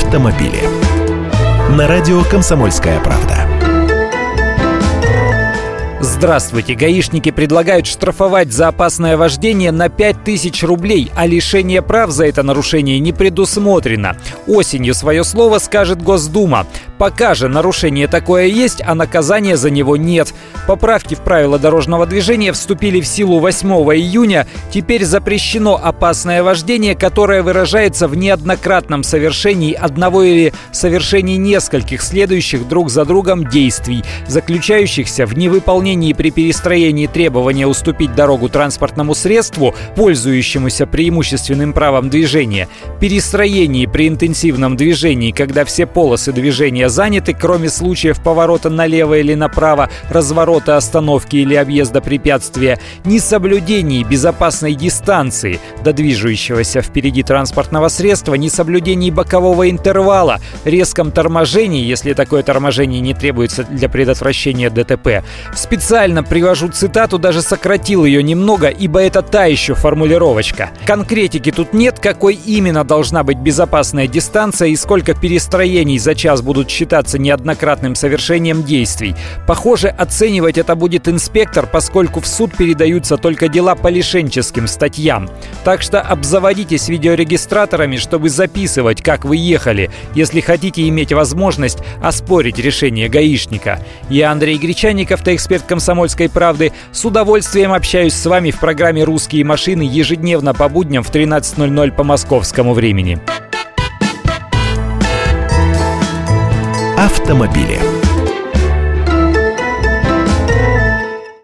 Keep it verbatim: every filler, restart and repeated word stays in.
автомобили. На радио «Комсомольская правда». Здравствуйте. Гаишники предлагают штрафовать за опасное вождение на пять тысяч рублей, а лишение прав за это нарушение не предусмотрено. Осенью свое слово скажет Госдума. Пока же нарушение такое есть, а наказания за него нет. Поправки в правила дорожного движения вступили в силу восьмого июня. Теперь запрещено опасное вождение, которое выражается в неоднократном совершении одного или совершении нескольких следующих друг за другом действий, заключающихся в невыполнении при перестроении требования уступить дорогу транспортному средству, пользующемуся преимущественным правом движения, перестроении при интенсивном движении, когда все полосы движения заняты, кроме случаев поворота налево или направо, разворота, остановки или объезда препятствия, несоблюдении безопасной дистанции до движущегося впереди транспортного средства, несоблюдении бокового интервала, резком торможении, если такое торможение не требуется для предотвращения ДТП. Специально привожу цитату, даже сократил ее немного, ибо это та еще формулировочка. Конкретики тут нет, какой именно должна быть безопасная дистанция и сколько перестроений за час будут считаться неоднократным совершением действий. Похоже, оценивать это будет инспектор, поскольку в суд передаются только дела по лишенческим статьям. Так что обзаводитесь видеорегистраторами, чтобы записывать, как вы ехали, если хотите иметь возможность оспорить решение гаишника. Я Андрей Гречанников, эксперт «Комсомольской правды». С удовольствием общаюсь с вами в программе «Русские машины» ежедневно по будням в тринадцать ноль ноль по московскому времени. Автомобили.